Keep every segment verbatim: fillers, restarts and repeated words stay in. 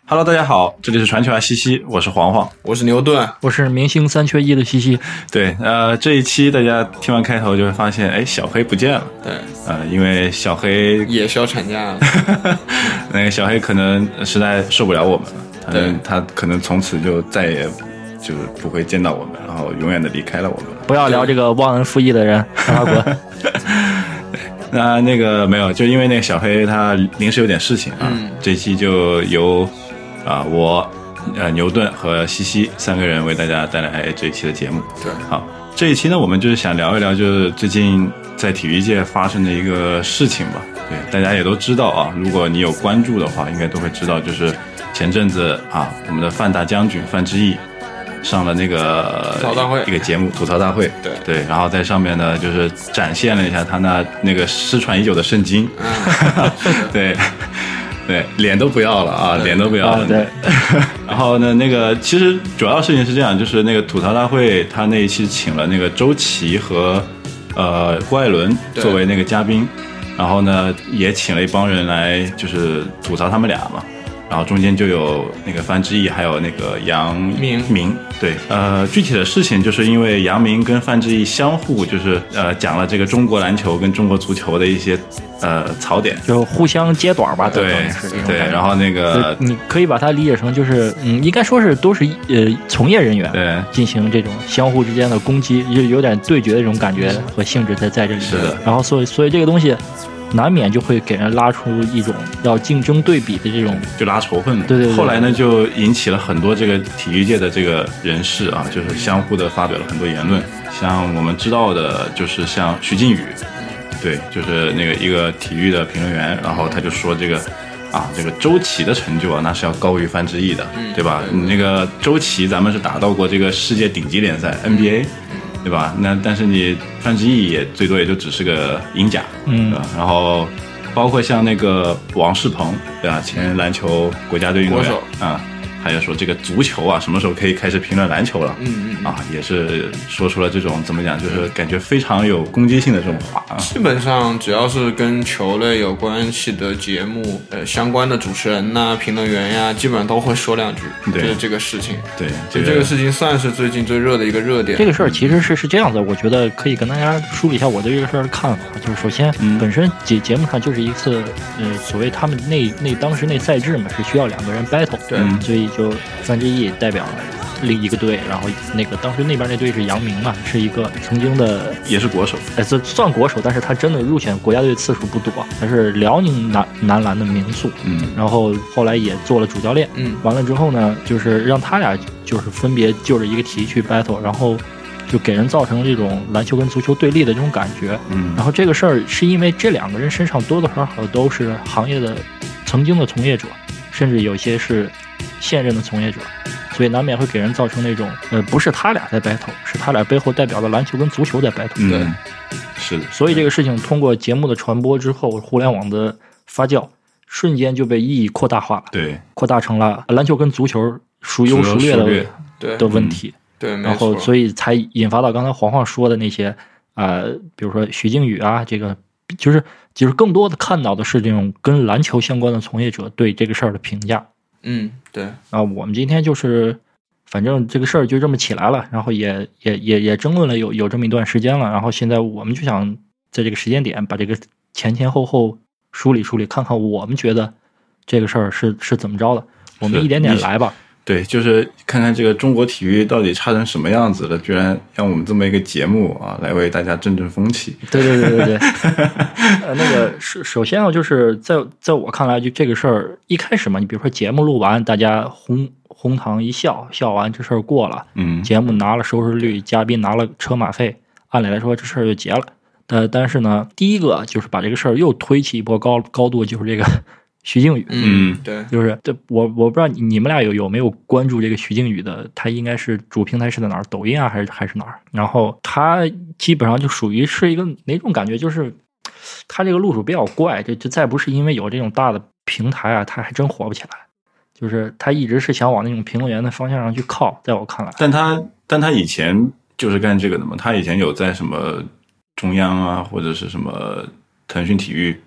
Hello， 大家好，这里是传球啊西西，我是黄黄， 我是牛顿， 我是明星三缺一的西西。 对，呃，这一期大家听完开头就会发现，哎，小黑不见了。 对， 呃，因为小黑也休产假了， 那个小黑可能实在受不了我们了， 对， 他可能从此就再也就是不会见到我们，然后永远的离开了我们。 不要聊这个忘恩负义的人，让他滚。 那那个没有，就因为那个小黑他临时有点事情啊， 嗯、 这期就由啊我呃牛顿和西西三个人为大家带来这一期的节目。 对， 好，这一期呢我们就是想聊一聊，就是最近在体育界发生的一个事情吧。对，大家也都知道啊，如果你有关注的话，应该都会知道，就是前阵子啊，我们的范大将军范志毅上了那个吐槽大会一个节目吐槽大会， 对对，然后在上面呢就是展现了一下他那那个失传已久的圣经， 嗯、 对对，脸都不要了啊，脸都不要了， 啊、对。 然后呢，那个其实主要事情是这样，就是那个吐槽大会他那一期请了那个周琦和呃郭艾伦作为那个嘉宾，然后呢也请了一帮人来就是吐槽他们俩嘛。然后中间就有那个范志毅，还有那个杨明明，对，呃，具体的事情就是因为杨明跟范志毅相互就是呃讲了这个中国篮球跟中国足球的一些呃槽点， 就互相揭短吧， 对对，然后那个你可以把它理解成就是嗯，应该说是都是呃从业人员对进行这种相互之间的攻击，就有点对决的这种感觉和性质在在这里。 是的， 然后所以所以这个东西。难免就会给人拉出一种要竞争对比的这种， 就拉仇恨。 对 对, 对。 后来呢，就引起了很多这个体育界的这个人士啊，就是相互的发表了很多言论。像我们知道的，就是像徐静宇，对，就是那个一个体育的评论员，然后他就说这个啊，这个周琦的成就啊，那是要高于范志毅的，对吧？你那个周琦，咱们是打到过这个世界顶级联赛 N B A。对吧？那但是你范志毅也最多也就只是个英甲， 嗯， 对吧？然后包括像那个王仕鹏，对吧？前篮球国家队运动员啊，还有说这个足球啊，什么时候可以开始评论篮球了？ 嗯嗯啊，也是说出了这种怎么讲，就是感觉非常有攻击性的这种话啊。 基本上只要是跟球类有关系的节目，呃，相关的主持人呐、评论员呀，基本上都会说两句，就是这个事情。 对， 就这个事情算是最近最热的一个热点。 这个事儿其实是是这样的，我觉得可以跟大家梳理一下我对这个事儿的看法。就是首先，嗯、本身节节目上就是一次，呃，所谓他们那那当时那赛制嘛，是需要两个人 battle， 对， 嗯、所以就范志毅代表了另一个队，然后那个当时那边那队是杨明嘛，是一个曾经的也是国手， 哎，这算国手，但是他真的入选国家队次数不多，他是辽宁男男篮的名宿， 嗯， 然后后来也做了主教练， 嗯， 完了之后呢，就是让他俩就是分别就着一个题去 battle， 然后就给人造成这种篮球跟足球对立的这种感觉， 嗯， 然后这个事儿是因为这两个人身上多多少少都是行业的曾经的从业者，甚至有些是现任的从业者。所以难免会给人造成那种，呃，不是他俩在 battle， 是他俩背后代表的篮球跟足球在 battle。 嗯，对，是的。 所以这个事情通过节目的传播之后，互联网的发酵，瞬间就被意义扩大化了。 对， 扩大成了篮球跟足球孰优孰劣的对的问题。 对， 然后所以才引发到刚才黄黄说的那些，呃，比如说徐静宇啊，这个就是就是更多的看到的是这种跟篮球相关的从业者对这个事儿的评价。 嗯，对啊，我们今天就是，反正这个事儿就这么起来了，然后也也也也争论了有有这么一段时间了，然后现在我们就想在这个时间点把这个前前后后梳理梳理，看看我们觉得这个事儿是是怎么着的，我们一点点来吧。 对，就是看看这个中国体育到底差成什么样子了，居然让我们这么一个节目啊，来为大家振振风气。 对对对对对。呃，那个首首先啊，就是在在我看来，就这个事儿一开始嘛，你比如说节目录完，大家哄哄堂一笑，笑完这事儿过了， 嗯， 节目拿了收视率，嘉宾拿了车马费，按理来说这事儿就结了。但但是呢，第一个就是把这个事儿又推起一波高高度，就是这个。徐静宇， 嗯，对， 就是对我我不知道你们俩有有没有关注这个徐静宇的，他应该是主平台是在哪儿？抖音啊，还是还是哪儿？然后他基本上就属于是一个哪种感觉，就是他这个路数比较怪，就就再不是因为有这种大的平台啊，他还真火不起来。就是他一直是想往那种评论员的方向上去靠，在我看来。 但他但他以前就是干这个的嘛，他以前有在什么中央啊，或者是什么腾讯体育。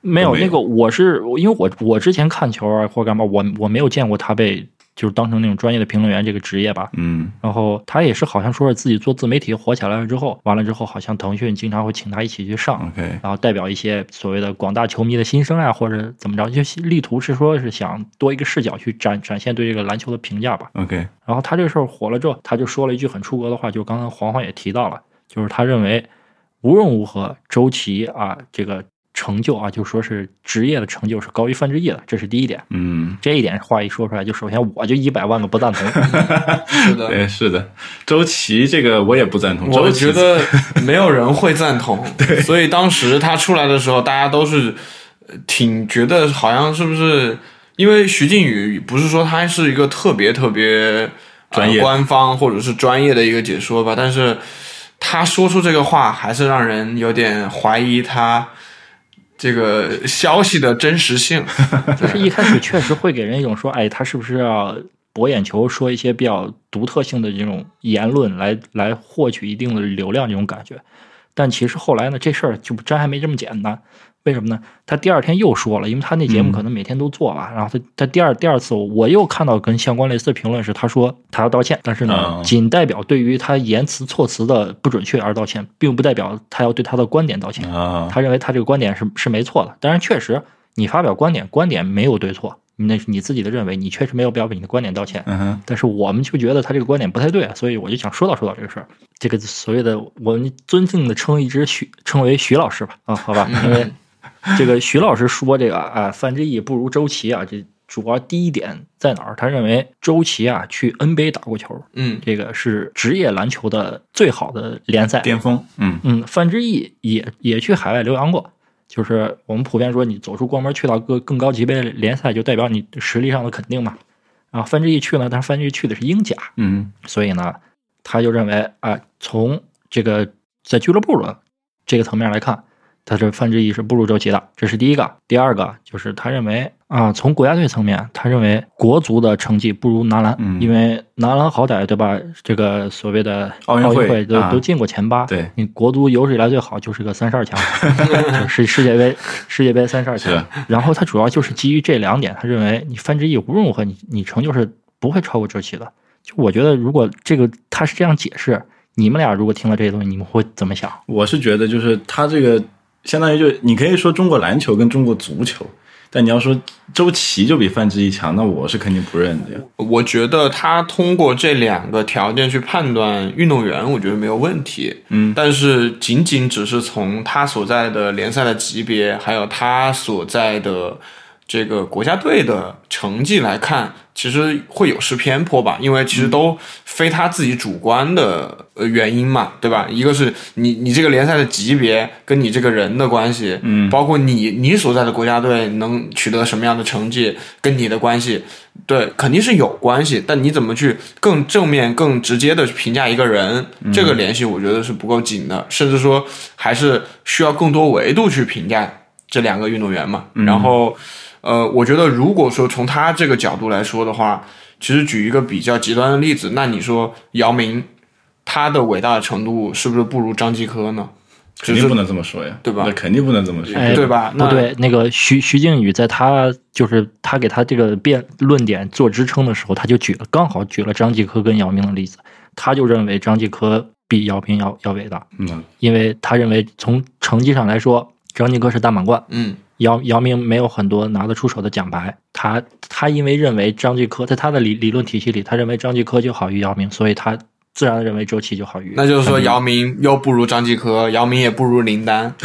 没有那个，我是因为我我之前看球啊或者干嘛，我我没有见过他被就是当成那种专业的评论员这个职业吧。 嗯， 然后他也是好像说是自己做自媒体火起来了之后，完了之后好像腾讯经常会请他一起去上， okay. 然后代表一些所谓的广大球迷的心声啊，或者怎么着，就力图是说是想多一个视角去展展现对这个篮球的评价吧。 OK， 然后他这个事儿火了之后，他就说了一句很出格的话，就是刚刚黄黄也提到了，就是他认为无论如何周琦啊这个成就啊，就说是职业的成就是高于范志毅的，这是第一点。 嗯， 这一点话一说出来，就首先我就一百万个不赞同。 是的， 对，是的，周琦这个我也不赞同。 我觉得没有人会赞同。对，所以当时他出来的时候，大家都是挺觉得好像是不是因为徐静宇不是说他是一个特别特别专业、 呃、官方或者是专业的一个解说吧，但是他说出这个话还是让人有点怀疑他这个消息的真实性。 就是一开始确实会给人一种说，哎，他是不是要博眼球，说一些比较独特性的这种言论来来获取一定的流量这种感觉。但其实后来呢，这事儿就真还没这么简单。为什么呢？他第二天又说了，因为他那节目可能每天都做吧，嗯、然后他他第二第二次我又看到跟相关类似的评论是，他说他要道歉，但是呢，嗯、仅代表对于他言辞措辞的不准确而道歉，并不代表他要对他的观点道歉。 嗯、 他认为他这个观点是是没错的，当然确实你发表观点，观点没有对错，那是你自己的认为，你确实没有必要为你的观点道歉。 嗯、 但是我们就觉得他这个观点不太对，所以我就想说道说道这个事儿。这个所谓的我们尊敬的称一直许称为徐老师吧，啊，好吧，因为。这个徐老师说这个啊，范志毅不如周琦啊，这主要第一点在哪儿？他认为周琦啊去 N B A 打过球， 嗯， 这个是职业篮球的最好的联赛巅峰，嗯嗯，范志毅也也去海外留洋过，就是我们普遍说你走出国门去到更更高级别的联赛，就代表你实力上的肯定嘛。然后范志毅去了，但是范志毅去的是英甲， 嗯， 所以呢，他就认为啊，从这个在俱乐部的这个层面来看。他这范志毅是不如周琦的，这是第一个。第二个就是他认为啊，从国家队层面，他认为国足的成绩不如男篮， 嗯、 因为男篮好歹对吧？这个所谓的奥运会, 会都、 啊、 都进过前八， 对， 你国足有史以来最好就是个三十二强，是世界杯世界杯三十二强。然后他主要就是基于这两点，他认为你范志毅无论如何你你成就是不会超过周琦的。就我觉得如果这个他是这样解释，你们俩如果听了这些东西，你们会怎么想？ 我是觉得就是他这个。相当于就你可以说中国篮球跟中国足球，但你要说周琦就比范志毅强，那我是肯定不认的呀。 我觉得他通过这两个条件去判断运动员，我觉得没有问题。 嗯， 但是仅仅只是从他所在的联赛的级别，还有他所在的这个国家队的成绩来看，其实会有失偏颇吧，因为其实都非他自己主观的原因嘛，对吧？一个是你你这个联赛的级别跟你这个人的关系， 嗯， 包括你你所在的国家队能取得什么样的成绩跟你的关系，对，肯定是有关系。但你怎么去更正面、更直接的去评价一个人， 嗯、 这个联系我觉得是不够紧的，甚至说还是需要更多维度去评价这两个运动员嘛。 嗯、 然后。呃，我觉得如果说从他这个角度来说的话，其实举一个比较极端的例子，那你说姚明他的伟大的程度是不是不如张继科呢？ 肯定不能这么说呀， 对吧？ 那肯定不能这么说， 哎、 对吧？ 不对，那个徐徐静宇在他就是他给他这个辩论点做支撑的时候，他就举了刚好举了张继科跟姚明的例子，他就认为张继科比姚明要要伟大， 嗯， 因为他认为从成绩上来说，张继科是大满贯， 嗯。 姚姚明没有很多拿得出手的奖牌，他他因为认为张继科在他的理理论体系里，他认为张继科就好于姚明，所以他自然认为周琦就好于。 那就是说姚明又不如张继科，姚明也不如林丹，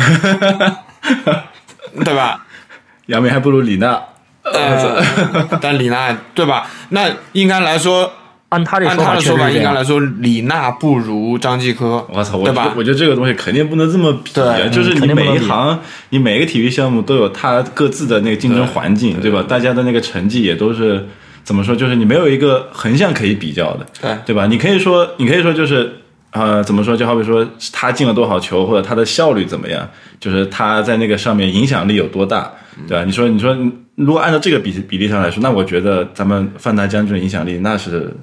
对吧？ 姚明还不如李娜， 呃，但李娜对吧？那应该来说。 按他这按他的说法，应该来说，李娜不如张继科。 我操， 对吧？ 我觉得这个东西肯定不能这么比啊！就是你每一行，你每个体育项目都有它各自的那个竞争环境， 对, 对吧？大家的那个成绩也都是怎么说？就是你没有一个横向可以比较的， 对对吧？你可以说，你可以说就是呃，怎么说？就好比说他进了多少球，或者他的效率怎么样，就是他在那个上面影响力有多大，对吧？你说，你说，如果按照这个比比例上来说，那我觉得咱们范大将军的影响力那是。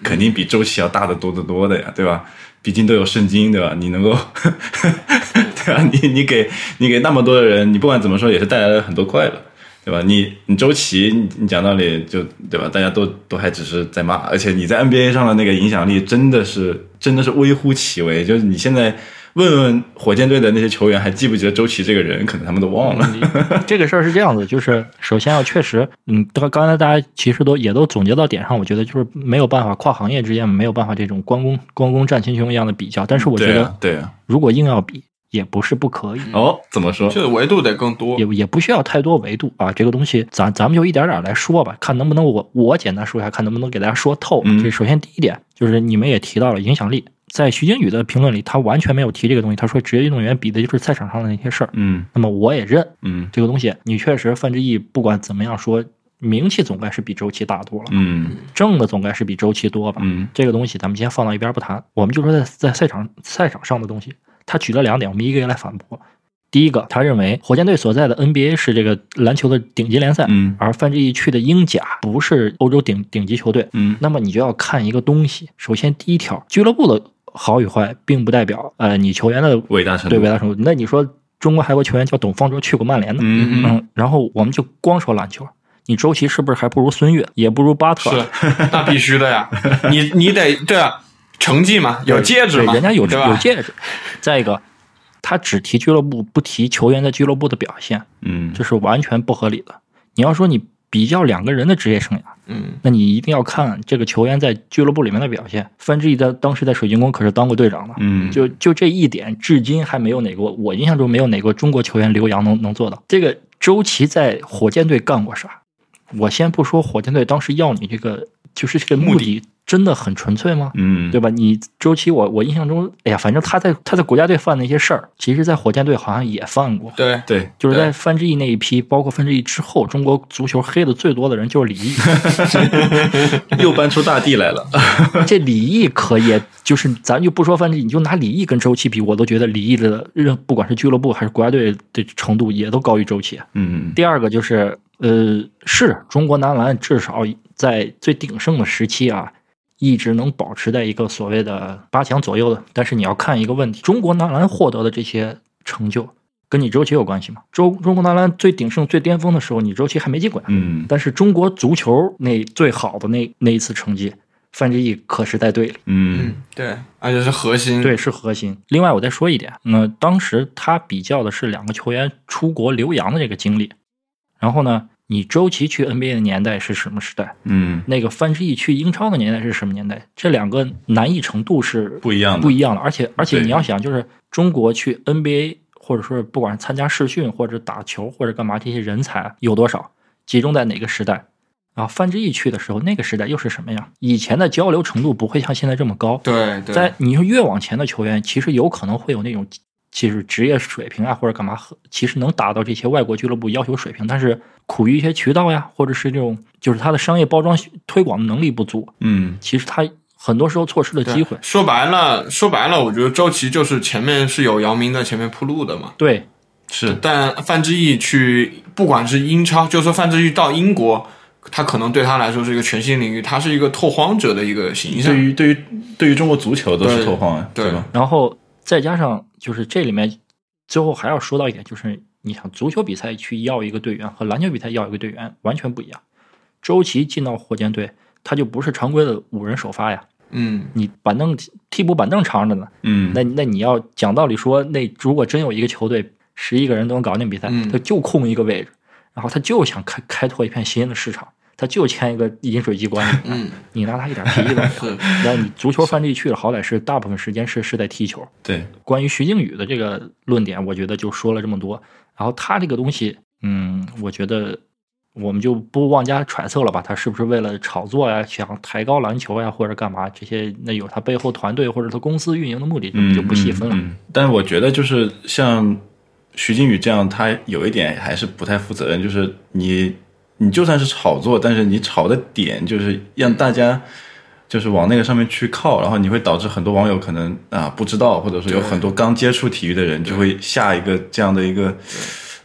肯定比周琦要大得多得多的呀，对吧？毕竟都有圣经，对吧？你能够，对吧？你你给你给那么多的人，你不管怎么说也是带来了很多快乐，对吧？你你周琦，你你讲道理就对吧？大家都都还只是在骂，而且你在 N B A 上的那个影响力真的是真的是微乎其微，就是你现在。问问火箭队的那些球员还记不记得周琦这个人，可能他们都忘了。 这个事儿是这样子，就是首先要确实，嗯，刚才大家其实都也都总结到点上，我觉得就是没有办法跨行业之间没有办法这种关公关公战秦琼一样的比较，但是我觉得， 对啊， 如果硬要比，也不是不可以。 哦，怎么说？ 就是维度得更多， 也也不需要太多维度啊。这个东西咱咱们就一点点来说吧，看能不能我我简单说一下，看能不能给大家说透。 嗯， 这首先第一点就是你们也提到了影响力。在徐静宇的评论里，他完全没有提这个东西。他说，职业运动员比的就是赛场上的那些事儿。 嗯， 那么我也认， 嗯， 这个东西，你确实范志毅不管怎么样说，名气总该是比周琦大多了， 嗯， 挣的总该是比周琦多吧？ 嗯， 这个东西咱们先放到一边不谈，我们就说在在赛场赛场上的东西，他举了两点，我们一个一个来反驳。第一个，他认为火箭队所在的 N B A 是这个篮球的顶级联赛， 嗯， 而范志毅去的英甲不是欧洲顶顶级球队， 嗯， 那么你就要看一个东西。首先，第一条，俱乐部的好与坏，并不代表呃你球员的伟大程度， 对伟大程度。那你说中国还有个球员叫董方哲，去过曼联的， 嗯嗯，然后我们就光说篮球，你周琦是不是还不如孙悦，也不如巴特？ 是，那必须的呀。你你得对啊，成绩嘛，有戒指嘛， 人家有对吧有戒指。再一个，他只提俱乐部，不提球员在俱乐部的表现， 嗯， 这是完全不合理的。你要说你比较两个人的职业生涯， 嗯， 那你一定要看这个球员在俱乐部里面的表现。范志毅在当时在水晶宫可是当过队长的， 嗯， 就就这一点，至今还没有哪个我印象中没有哪个中国球员留洋能能做到。这个周琦在火箭队干过啥？我先不说火箭队当时要你这个，就是这个目的真的很纯粹吗？ 嗯， 对吧？你周琦，我我印象中，哎呀，反正他在他在国家队犯那些事儿，其实在火箭队好像也犯过。 对对， 就是在范志毅那一批，包括范志毅之后，中国足球黑的最多的人就是李毅， 又搬出大地来了。 这李毅可以，就是咱就不说范志毅，你就拿李毅跟周琦比，我都觉得李毅的任不管是俱乐部还是国家队的程度，也都高于周琦。 嗯， 第二个就是呃，是中国男篮至少在最鼎盛的时期啊，一直能保持在一个所谓的八强左右的。但是你要看一个问题，中国男篮获得的这些成就跟你周琦有关系吗？中中国男篮最鼎盛最巅峰的时候，你周琦还没进过。 嗯， 但是中国足球那最好的那那一次成绩，范志毅可是在队里。 嗯， 对，而且是核心， 对，是核心。另外我再说一点，那当时他比较的是两个球员出国留洋的这个经历，然后呢，你周琦去 N B A 的年代是什么时代？ 嗯， 那个范志毅去英超的年代是什么年代？这两个难易程度是不一样的， 不一样的。而且而且你要想，就是中国去 N B A 或者说不管是参加试训或者打球或者干嘛，这些人才有多少，集中在哪个时代？然后范志毅去的时候，那个时代又是什么样？以前的交流程度不会像现在这么高。 对对， 在你说越往前的球员，其实有可能会有那种。其实职业水平啊，或者干嘛，其实能达到这些外国俱乐部要求水平，但是苦于一些渠道呀，或者是这种就是他的商业包装推广的能力不足。 嗯， 其实他很多时候错失了机会。 说白了，说白了，我觉得周琦就是前面是有姚明在前面铺路的嘛。 对， 是。 但范志毅去，不管是英超，就说范志毅到英国，他可能对他来说是一个全新领域，他是一个拓荒者的一个形象。 对于对于对于中国足球都是拓荒啊， 对吧？ 然后再加上就是这里面最后还要说到一点，就是你想足球比赛去要一个队员和篮球比赛要一个队员完全不一样。周琦进到火箭队，他就不是常规的五人首发呀。 嗯， 你板凳替补板凳长着呢。 嗯， 那那你要讲道理说，那如果真有一个球队十一个人都能搞定比赛， 嗯、 他就空一个位置，然后他就想开开拓一片新的市场。他就签一个饮水机关系， 嗯， 你拿他一点脾气都没有。然后你足球范志毅去了，好歹是大部分时间是是在踢球。 对， 关于徐静宇的这个论点，我觉得就说了这么多。然后他这个东西，嗯，我觉得我们就不妄加揣测了吧，他是不是为了炒作呀，想抬高篮球呀，或者干嘛？这些那有他背后团队或者他公司运营的目的， 嗯， 就不细分了。 嗯嗯、但是我觉得就是像徐静宇这样，他有一点还是不太负责任，就是你。你就算是炒作，但是你炒的点就是让大家就是往那个上面去靠，然后你会导致很多网友可能啊不知道，或者说有很多刚接触体育的人就会下一个这样的一个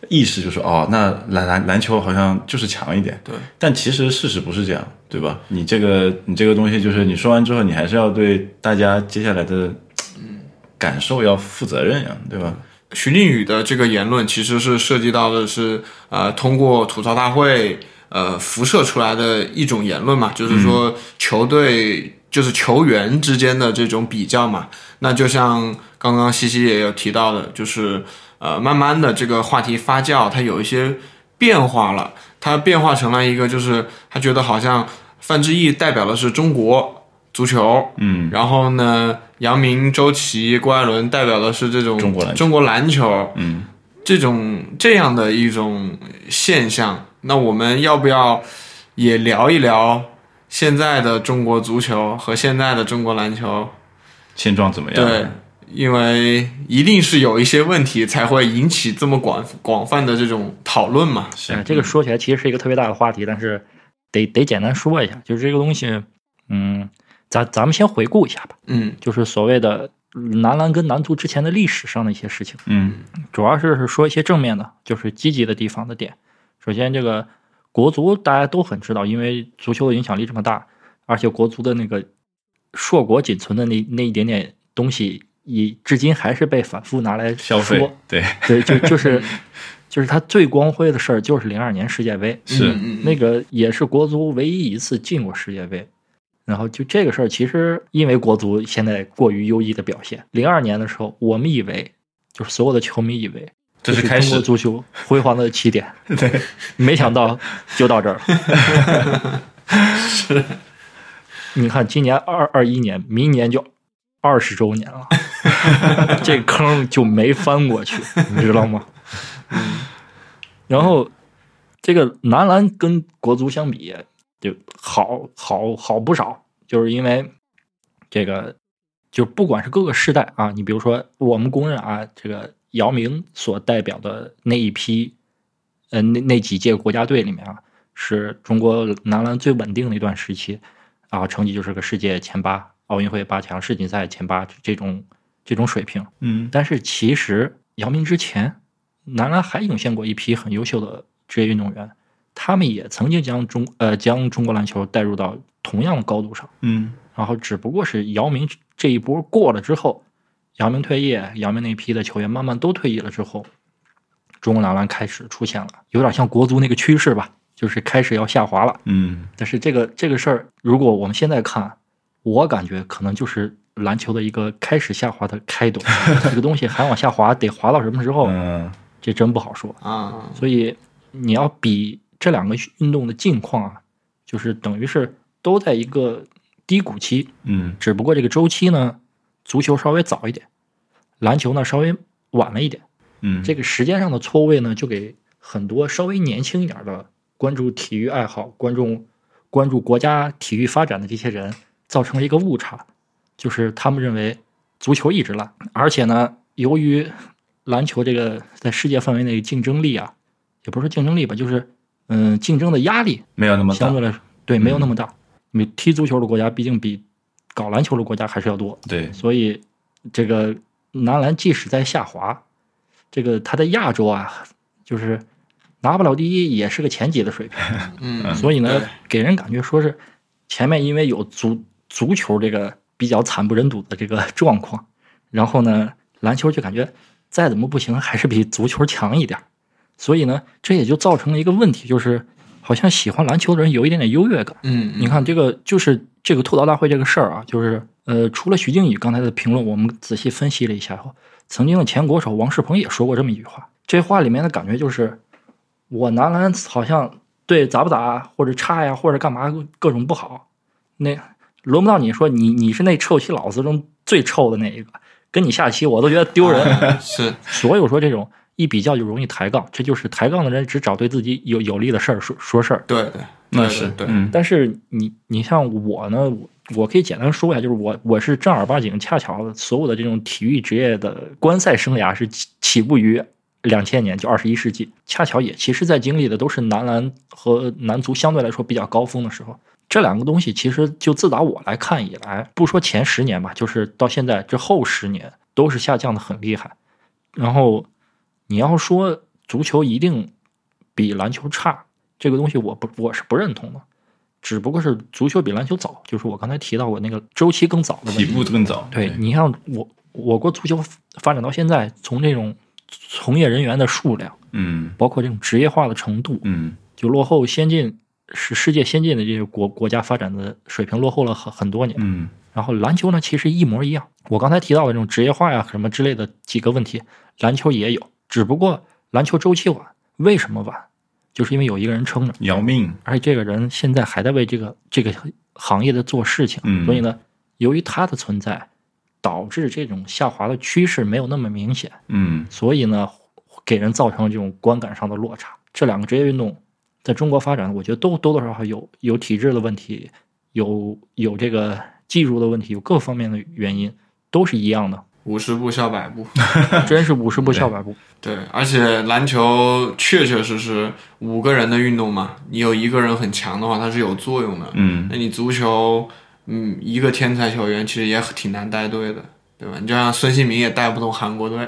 意识，就是哦，那篮篮篮球好像就是强一点。 对， 但其实事实不是这样，对吧？你这个你这个东西，就是你说完之后，你还是要对大家接下来的感受要负责任呀，对吧？ 徐静宇的这个言论其实是涉及到的是呃，通过吐槽大会呃辐射出来的一种言论嘛，就是说球队就是球员之间的这种比较嘛。那就像刚刚西西也有提到的，就是呃，慢慢的这个话题发酵，它有一些变化了，它变化成了一个就是他觉得好像范志毅代表的是中国足球， 嗯， 然后呢，杨明、周琦、郭艾伦代表的是这种中国篮球中国篮球， 嗯， 这种这样的一种现象。那我们要不要也聊一聊现在的中国足球和现在的中国篮球现状怎么样？ 对，因为一定是有一些问题才会引起这么广广泛的这种讨论嘛。 是、 嗯，这个说起来其实是一个特别大的话题，但是得得简单说一下，就是这个东西，嗯。咱咱们先回顾一下吧， 嗯， 就是所谓的男篮跟男足之前的历史上的一些事情， 嗯， 主要是说一些正面的，就是积极的地方的点。首先，这个国足大家都很知道，因为足球的影响力这么大，而且国足的那个硕果仅存的那那一点点东西，以至今还是被反复拿来消费，对对，就就是就是他最光辉的事儿，就是零二年世界杯， 是、 嗯、 那个也是国足唯一一次进过世界杯。然后就这个事儿，其实因为国足现在过于优异的表现，零二年的时候，我们以为就是所有的球迷以为这是开始中国足球辉煌的起点， 对， 没想到就到这儿了。 是， 你看今年二二一年，明年就二十周年了，这坑就没翻过去，你知道吗？ 嗯， 然后这个男篮跟国足相比，就好好好不少，就是因为这个，就不管是各个世代啊，你比如说我们公认啊，这个姚明所代表的那一批，呃，那那几届国家队里面啊，是中国男篮最稳定的一段时期啊，成绩就是个世界前八、奥运会八强、世锦赛前八这种这种水平。 嗯， 但是其实姚明之前，男篮还涌现过一批很优秀的职业运动员。他们也曾经将中呃将中国篮球带入到同样的高度上， 嗯， 然后只不过是姚明这一波过了之后，姚明退役，姚明那批的球员慢慢都退役了之后，中国男篮开始出现了，有点像国足那个趋势吧，就是开始要下滑了。 嗯， 但是这个这个事儿，如果我们现在看，我感觉可能就是篮球的一个开始下滑的开端。这个东西还往下滑，得滑到什么时候？ 嗯， 这真不好说啊。 所以你要比这两个运动的境况啊，就是等于是都在一个低谷期， 嗯， 只不过这个周期呢，足球稍微早一点，篮球呢稍微晚了一点， 嗯， 这个时间上的错位呢，就给很多稍微年轻一点的关注体育爱好、关注关注国家体育发展的这些人，造成了一个误差，就是他们认为足球一直烂，而且呢，由于篮球这个在世界范围内竞争力啊，也不是说竞争力吧，就是嗯，竞争的压力没有那么大， 相对来说对没有那么大。你、嗯、踢足球的国家毕竟比搞篮球的国家还是要多， 对， 所以这个男篮即使在下滑，这个他在亚洲啊，就是拿不了第一，也是个前几的水平。 嗯， 所以呢，给人感觉说是前面因为有足足球这个比较惨不忍睹的这个状况，然后呢，篮球就感觉再怎么不行，还是比足球强一点。所以呢，这也就造成了一个问题，就是好像喜欢篮球的人有一点点优越感。 嗯， 你看这个就是这个吐槽大会这个事儿啊，就是呃，除了徐静宇刚才的评论，我们仔细分析了一下后，曾经的前国手王仕鹏也说过这么一句话，这话里面的感觉就是，我男篮好像对咋不咋或者差呀，或者干嘛各种不好，那轮不到你说你你是那臭棋老子中最臭的那一个，跟你下棋我都觉得丢人。 啊、是， 所有说这种。一比较就容易抬杠，这就是抬杠的人只找对自己有有利的事儿说说事儿。 对对， 那是对。 嗯， 但是你你像我呢，我可以简单说一下，就是我我是正儿八经，恰巧所有的这种体育职业的观赛生涯是起起步于两千年，就二十一世纪，恰巧也其实在经历的都是男篮和男足相对来说比较高峰的时候。这两个东西其实就自打我来看以来，不说前十年吧，就是到现在这后十年都是下降的很厉害。然后你要说足球一定比篮球差，这个东西我不我是不认同的。只不过是足球比篮球早，就是我刚才提到过那个周期更早的问题， 起步更早。 对，你像我我国足球发展到现在，从这种从业人员的数量， 嗯， 包括这种职业化的程度， 嗯， 就落后先进是世界先进的这些国国家发展的水平落后了很很多年。 嗯， 然后篮球呢，其实一模一样。我刚才提到的这种职业化呀什么之类的几个问题，篮球也有，只不过篮球周期晚，为什么晚？就是因为有一个人撑着， 要命， 而且这个人现在还在为这个这个行业的做事情， 嗯， 所以呢，由于他的存在，导致这种下滑的趋势没有那么明显， 嗯， 所以呢，给人造成这种观感上的落差。这两个职业运动在中国发展，我觉得都多多少少有有体制的问题，有有这个技术的问题，有各方面的原因，都是一样的。 五十步笑百步， 真是五十步笑百步。 对，而且篮球确确实实五个人的运动嘛，你有一个人很强的话，它是有作用的。 嗯， 那你足球，嗯，一个天才球员其实也挺难带队的，对吧？你就像孙兴民也带不动韩国队，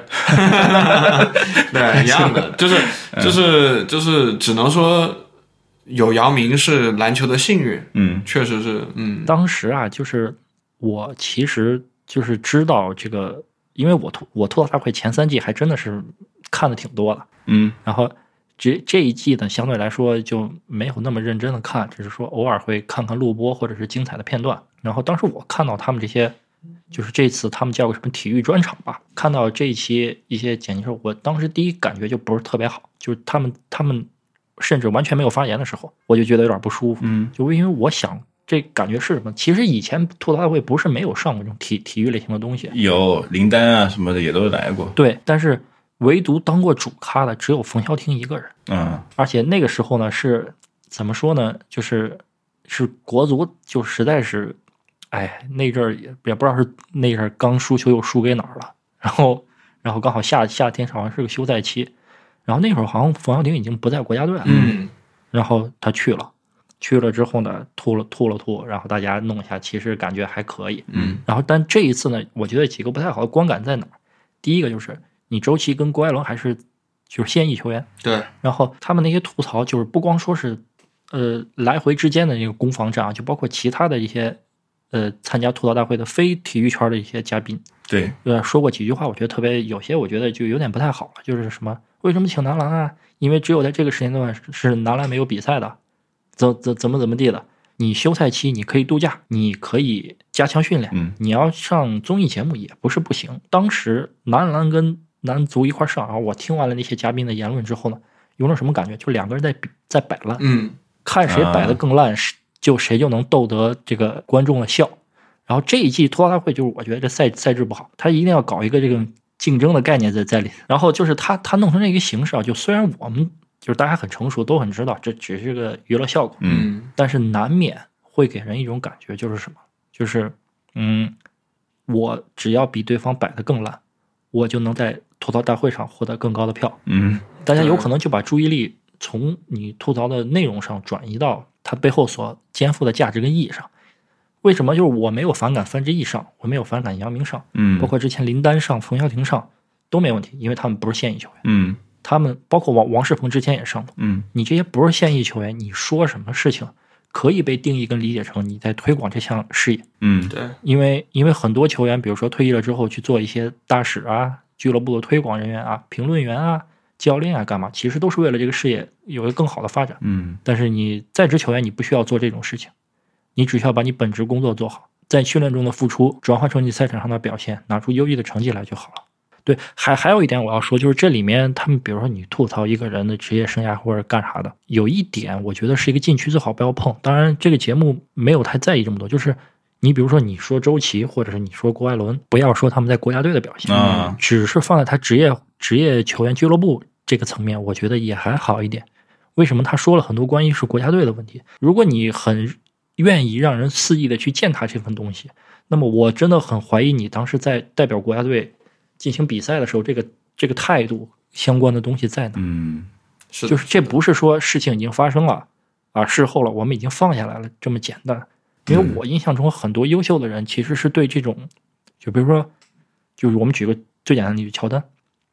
对，一样的，就是就是就是只能说有姚明是篮球的幸运， 嗯， 确实是，嗯， 当时啊，就是我其实就是知道这个。因为我吐我吐槽大会前三季还真的是看的挺多的， 嗯， 然后这这一季呢相对来说就没有那么认真的看，只是说偶尔会看看录播或者是精彩的片段。然后当时我看到他们这些，就是这次他们叫个什么体育专场吧，看到这一期一些剪辑时候，我当时第一感觉就不是特别好，就是他们他们甚至完全没有发言的时候，我就觉得有点不舒服， 嗯， 就因为我想。这感觉是什么？其实以前吐槽大会不是没有上过这种体体育类型的东西， 有林丹啊什么的也都来过。 对，但是唯独当过主咖的只有冯潇霆一个人。 嗯， 而且那个时候呢，是怎么说呢？就是是国足就实在是，哎，那阵儿也也不知道是那阵儿刚输球又输给哪儿了，然后然后刚好夏夏天好像是个休赛期，然后那会儿好像冯潇霆已经不在国家队了， 嗯， 然后他去了。去了之后呢，吐了吐了吐，然后大家弄一下，其实感觉还可以。 嗯， 然后但这一次呢，我觉得几个不太好的观感在哪儿？第一个就是你周琦跟郭艾伦还是就是现役球员， 对。 然后他们那些吐槽就是不光说是呃来回之间的那个攻防战啊，就包括其他的一些呃参加吐槽大会的非体育圈的一些嘉宾， 对， 呃说过几句话，我觉得特别有些我觉得就有点不太好了，就是什么为什么请男篮啊？因为只有在这个时间段是男篮没有比赛的。怎怎怎么怎么地的？你休赛期你可以度假，你可以加强训练， 嗯， 你要上综艺节目也不是不行。当时男篮跟男足一块上，然后我听完了那些嘉宾的言论之后呢，有种什么感觉？就两个人在比在摆烂， 嗯， 看谁摆得更烂， 啊、 就谁就能逗得这个观众的笑。然后这一季吐槽大会就是我觉得这赛赛制不好，他一定要搞一个这个竞争的概念在在里。然后就是他他弄成这个形式啊，就虽然我们。就是大家很成熟，都很知道这只是个娱乐效果， 嗯， 但是难免会给人一种感觉，就是什么？就是嗯，我只要比对方摆得更烂，我就能在吐槽大会上获得更高的票。 嗯， 大家有可能就把注意力从你吐槽的内容上转移到它背后所肩负的价值跟意义上。为什么？就是我没有反感范志毅上，我没有反感姚明上， 嗯， 包括之前林丹上、冯潇霆上都没问题，因为他们不是现役球员， 嗯。 他们包括王王仕鹏之前也上过， 嗯， 你这些不是现役球员，你说什么事情可以被定义跟理解成你在推广这项事业？ 嗯， 对， 因为因为很多球员，比如说退役了之后去做一些大使啊、俱乐部的推广人员啊、评论员啊、教练啊，干嘛？其实都是为了这个事业有一个更好的发展。 嗯， 但是你在职球员，你不需要做这种事情，你只需要把你本职工作做好，在训练中的付出转换成你赛场上的表现，拿出优异的成绩来就好了。对，还还有一点我要说，就是这里面他们比如说你吐槽一个人的职业生涯或者干啥的，有一点我觉得是一个禁区最好不要碰。当然这个节目没有太在意这么多，就是你比如说你说周琦或者是你说郭艾伦，不要说他们在国家队的表现， 啊、 只是放在他职业职业球员俱乐部这个层面，我觉得也还好一点。为什么他说了很多关于是国家队的问题？如果你很愿意让人肆意的去践踏这份东西，那么我真的很怀疑你当时在代表国家队进行比赛的时候，这个这个态度相关的东西在哪？ 嗯， 是就是这不是说事情已经发生了啊，事后了我们已经放下来了这么简单。因为我印象中很多优秀的人其实是对这种，就比如说，就是我们举个最简单的例子，乔丹，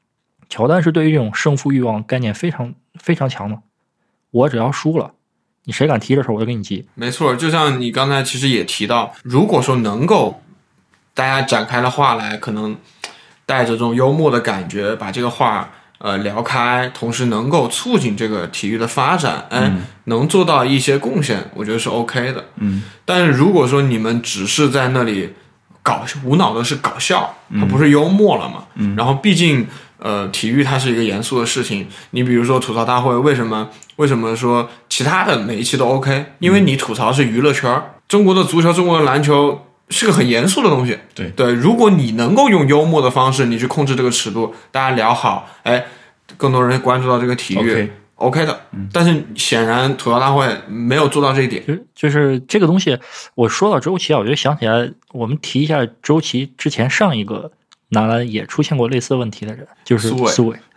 乔丹是对于这种胜负欲望概念非常非常强的，我只要输了，你谁敢提这事儿我就给你急。 没错，就像你刚才其实也提到，如果说能够大家展开的话来，可能带着这种幽默的感觉把这个话呃聊开，同时能够促进这个体育的发展，哎、嗯，能做到一些贡献，我觉得是 OK 的。 嗯， 但是如果说你们只是在那里搞无脑的是搞笑，它不是幽默了嘛？ 嗯， 然后毕竟呃体育它是一个严肃的事情，你比如说吐槽大会，为什么为什么说其他的每一期都 OK？ 因为你吐槽是娱乐圈，中国的足球、中国的篮球是个很严肃的东西。 对对，如果你能够用幽默的方式，你去控制这个尺度，大家聊好，哎，更多人关注到这个体育 OK, OK 的、嗯。但是显然吐槽大会没有做到这一点。 就就是这个东西，我说到周琦啊，我就想起来，我们提一下周琦之前上一个男篮也出现过类似问题的人，就是苏伟。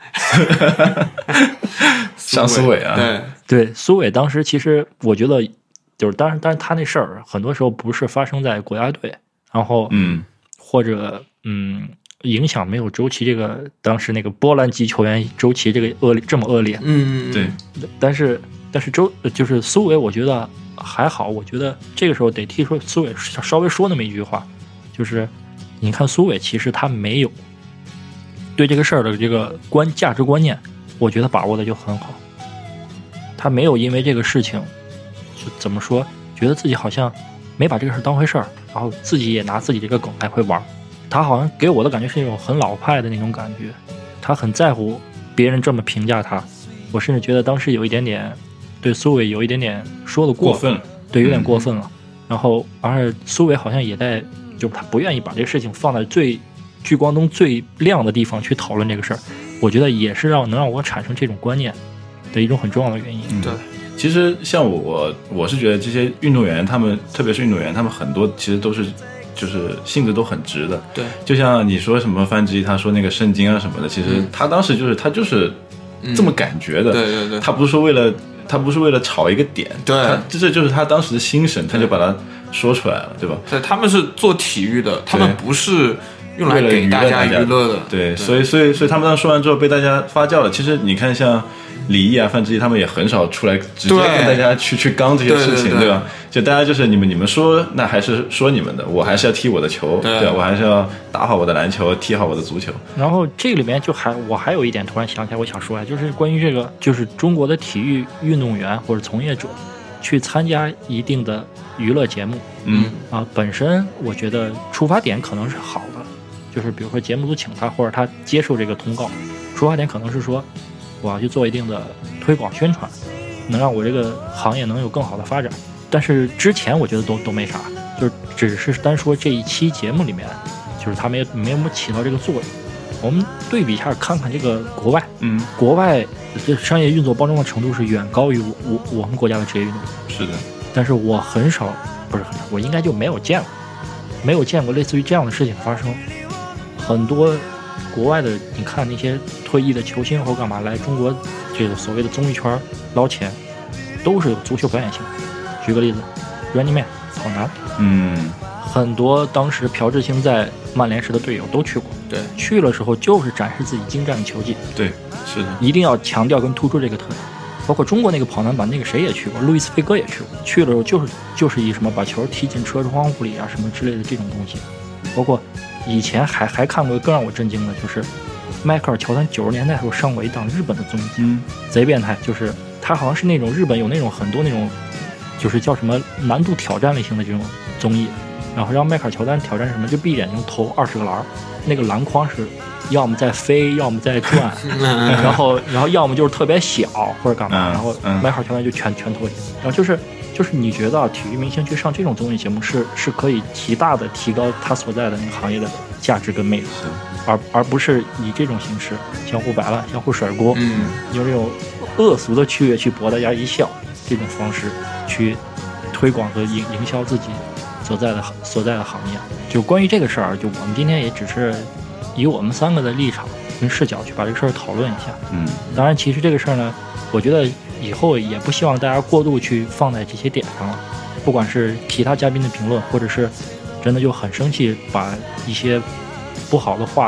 上苏伟啊， 对对，苏伟当时其实我觉得。就是，当然，但是他那事儿很多时候不是发生在国家队，然后， 嗯， 或者，嗯，影响没有周琦这个当时那个波兰籍球员周琦这个恶劣这么恶劣， 嗯， 对。 但是，但是周就是苏伟，我觉得还好，我觉得这个时候得替说苏伟稍微说那么一句话，就是你看苏伟其实他没有对这个事儿的这个观价值观念，我觉得把握的就很好，他没有因为这个事情。就怎么说？觉得自己好像没把这个事当回事儿，然后自己也拿自己这个梗来回玩。他好像给我的感觉是一种很老派的那种感觉，他很在乎别人这么评价他。我甚至觉得当时有一点点对苏伟有一点点说的过分了， 对，有点过分了。嗯、然后，而且苏伟好像也在，就是他不愿意把这个事情放在最聚光灯最亮的地方去讨论这个事儿。我觉得也是让能让我产生这种观念的一种很重要的原因。 嗯、对。其实像我我我是觉得这些运动员，他们特别是运动员，他们很多其实都是就是性子都很直的。 对， 就像你说什么范志毅他说那个圣经啊什么的，其实他当时就是他就是这么感觉的。 嗯、对对对， 他不是说为了他不是为了炒一个点， 对， 这这就是他当时的心声，他就把它说出来了，对吧？ 对，他们是做体育的，他们不是用来给大家娱乐的。 对，对所以所以所以他们当时说完之后被大家发酵了。其实你看像。李毅啊，范志毅他们也很少出来直接跟大家去去刚这些事情， 对, 对吧？就大家就是你们你们说，那还是说你们的，我还是要踢我的球， 对, 对我还是要打好我的篮球，踢好我的足球。 然后这里面就还我还有一点突然想起来，我想说啊，就是关于这个，就是中国的体育运动员或者从业者去参加一定的娱乐节目， 嗯啊，本身我觉得出发点可能是好的，就是比如说节目组请他，或者他接受这个通告，出发点可能是说。我要去做一定的推广宣传，能让我这个行业能有更好的发展。但是之前我觉得都都没啥，就是只是单说这一期节目里面，就是他没没有起到这个作用。我们对比一下，看看这个国外， 嗯， 国外这商业运作包装的程度是远高于我我我们国家的职业运动员。 是的， 但是我很少，不是很少，我应该就没有见过，没有见过类似于这样的事情发生。很多。国外的，你看那些退役的球星或干嘛来中国这个所谓的综艺圈捞钱，都是有足球表演性。举个例子 ，Running Man 跑男， 嗯， 很多当时朴智星在曼联时的队友都去过， 对， 去了时候就是展示自己精湛的球技， 对，是的， 一定要强调跟突出这个特点。包括中国那个跑男版，那个谁也去过，路易斯飞哥也去过，去了时候就是就是以什么把球踢进车窗户里啊什么之类的这种东西，包括。以前还还看过更让我震惊的，就是迈克尔乔丹九十年代时候上过一档日本的综艺， 嗯， 贼变态，就是他好像是那种日本有那种很多那种，就是叫什么难度挑战类型的这种综艺，然后让迈克尔乔丹挑战什么，就闭眼睛投二十个篮，那个篮筐是要么在飞，要么在转，然后然后要么就是特别小或者干嘛，然后迈克尔乔丹就全全投进，然后就是。就是你觉得体育明星去上这种综艺节目是是可以极大的提高他所在的那个行业的价值跟魅力，而而不是以这种形式相互摆烂、相互甩锅， 嗯， 用这种恶俗的趣味去博大家一笑这种方式去推广和营营销自己所在的所在的行业。就关于这个事儿，就我们今天也只是以我们三个的立场跟视角去把这个事儿讨论一下。 嗯， 当然，其实这个事儿呢，我觉得。以后也不希望大家过度去放在这些点上了，不管是其他嘉宾的评论，或者是真的就很生气，把一些不好的话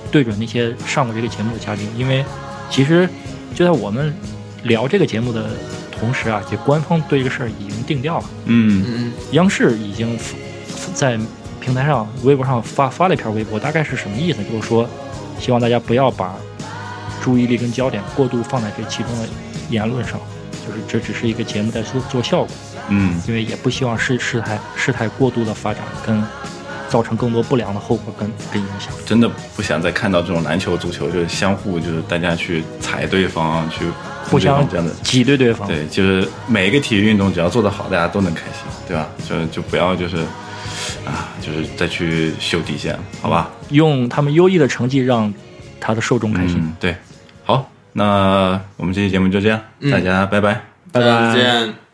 对准那些上过这个节目的嘉宾，因为其实就在我们聊这个节目的同时啊，这官方对这个事儿已经定调了。 嗯嗯央视已经在平台上、微博上发发了一篇微博，大概是什么意思？就是说，希望大家不要把注意力跟焦点过度放在这其中的言论上，就是这只是一个节目在做做效果， 嗯， 因为也不希望事事态事态过度的发展，跟造成更多不良的后果跟跟影响。 真的不想再看到这种篮球、足球就是相互就是大家去踩对方，去互相这样的挤兑对方。 对，就是每一个体育运动只要做得好，大家都能开心，对吧？就就不要就是啊，就是再去秀底线，好吧？ 用他们优异的成绩让他的受众开心。 嗯，对，好，那我们这期节目就这样， 嗯大家拜拜。 拜拜再见。